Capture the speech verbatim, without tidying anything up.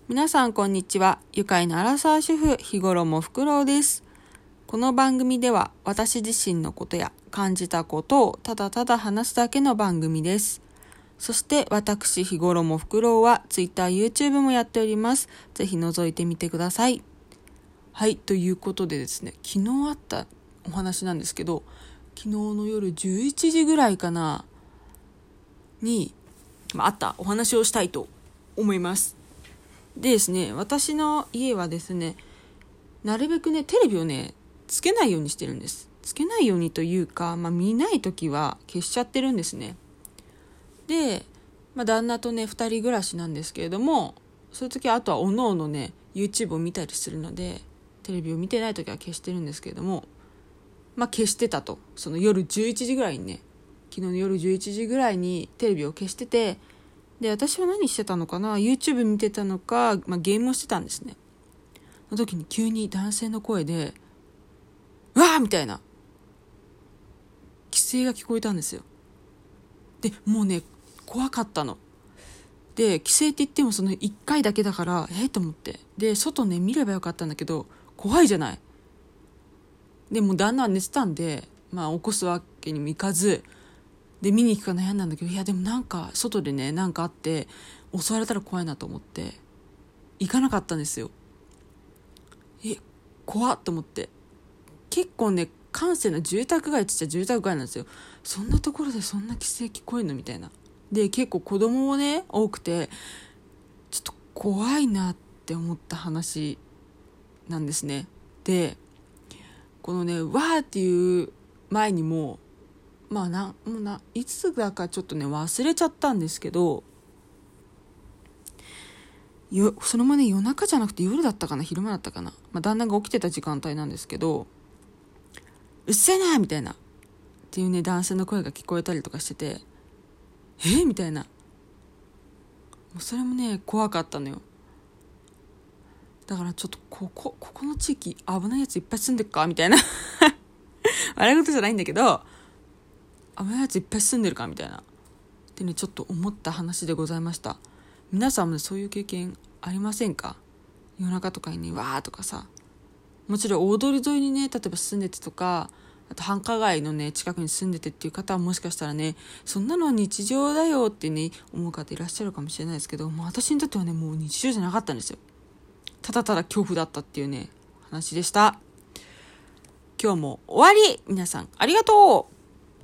皆さんこんにちは。愉快なアラサー主婦日頃もフクロウです。この番組では私自身のことや感じたことをただただ話すだけの番組です。そして私日頃もフクロウは Twitter、YouTube もやっております。ぜひ覗いてみてください。はい、ということでですね、昨日あったお話なんですけど、昨日の夜じゅういちじぐらいかなに、まあ、あったお話をしたいと思います。でですね、私の家はですね、なるべくねテレビをねつけないようにしてるんです。つけないようにというか、まあ、見ないときは消しちゃってるんですね。で、まあ、旦那とねふたり暮らしなんですけれども、そういう時はあとはおのおのね YouTube を見たりするので、テレビを見てないときは消してるんですけれども、まあ消してたと。その夜じゅういちじぐらいにね、昨日の夜じゅういちじぐらいにテレビを消してて、で私は何してたのかな、 YouTube 見てたのか、まあ、ゲームをしてたんですね。その時に急に男性の声でうわーみたいな規制が聞こえたんですよ。でもうね怖かったので、規制って言ってもそのいっかいだけだからえー、と思って、で外ね見ればよかったんだけど怖いじゃない。でもう旦那は寝てたんで、まあ起こすわけにもいかずで見に行くか悩んだんだけど、いやでもなんか外でねなんかあって襲われたら怖いなと思って行かなかったんですよ。え怖っと思って、結構ね閑静な住宅街って言っちゃ住宅街なんですよ。そんなところでそんな規制聞こえるのみたいな。で結構子供もね多くてちょっと怖いなって思った話なんですね。でこのねわーっていう前にもまあなもうないつだかちょっとね忘れちゃったんですけど、よそのままね夜中じゃなくて夜だったかな昼間だったかな、まあ、旦那が起きてた時間帯なんですけど、うっせえなみたいなっていうね男性の声が聞こえたりとかしてて、えみたいな、もうそれもね怖かったのよ。だからちょっとここここの地域危ないやついっぱい住んでっかみたいな笑い事じゃないんだけど、危ないやついっぱい住んでるかみたいなってねちょっと思った話でございました。皆さんも、ね、そういう経験ありませんか？夜中とかにねわーとかさ、もちろん大通り沿いにね例えば住んでてとか、あと繁華街のね近くに住んでてっていう方はもしかしたらねそんなのは日常だよってね思う方いらっしゃるかもしれないですけど、もう私にとってはねもう日常じゃなかったんですよ。ただただ恐怖だったっていうね話でした。今日も終わり。皆さんありがとう。